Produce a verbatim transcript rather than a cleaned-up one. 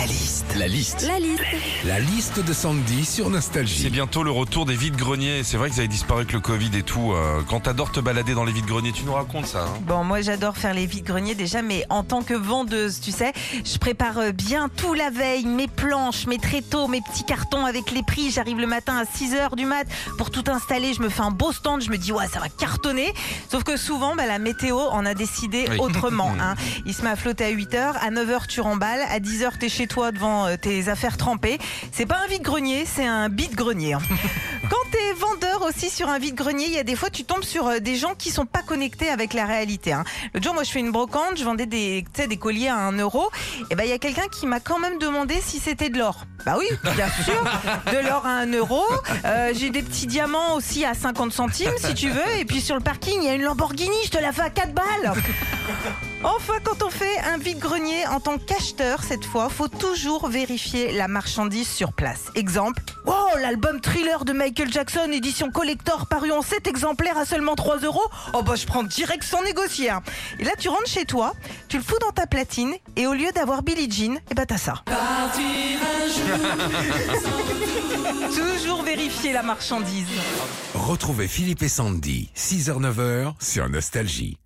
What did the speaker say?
La liste. La liste. La liste. La liste de Sandy sur Nostalgie. C'est bientôt le retour des vides-greniers. C'est vrai qu'ils avaient disparu avec le Covid et tout. Euh, quand t'adores te balader dans les vides-greniers, tu nous racontes ça, hein? Bon, moi j'adore faire les vides-greniers déjà, mais en tant que vendeuse, tu sais, je prépare bien tout la veille, mes planches, mes tréteaux, mes petits cartons avec les prix. J'arrive le matin à six heures du mat pour tout installer. Je me fais un beau stand, je me dis ouais, ça va cartonner. Sauf que souvent, bah, la météo en a décidé Oui. autrement. Hein. Il se met à flotter à huit heures, à neuf heures tu remballes, à dix heures t'es chez toi devant euh, tes affaires trempées. C'est pas un vide-grenier, c'est un bide-grenier. Quand t'es vendeur aussi sur un vide-grenier, il y a des fois tu tombes sur euh, des gens qui sont pas connectés avec la réalité. Hein. L'autre jour, moi je fais une brocante, je vendais des, tu sais, des colliers à un euro. Et ben il y a quelqu'un qui m'a quand même demandé si c'était de l'or. Bah oui, bien sûr, de l'or à un euro. Euh, j'ai des petits diamants aussi à cinquante centimes si tu veux. Et puis sur le parking, il y a une Lamborghini, je te la fais à quatre balles. Enfin, quand on fait un vide-grenier en tant qu'acheteur, cette fois, faut toujours vérifier la marchandise sur place. Exemple, oh, l'album Thriller de Michael Jackson, édition collector, paru en sept exemplaires à seulement trois euros. Oh bah je prends direct sans négocier. Hein. Et là, tu rentres chez toi, tu le fous dans ta platine, et au lieu d'avoir Billie Jean, eh bah t'as ça. Toujours vérifier la marchandise. Retrouvez Philippe et Sandy, six heures neuf heures sur Nostalgie.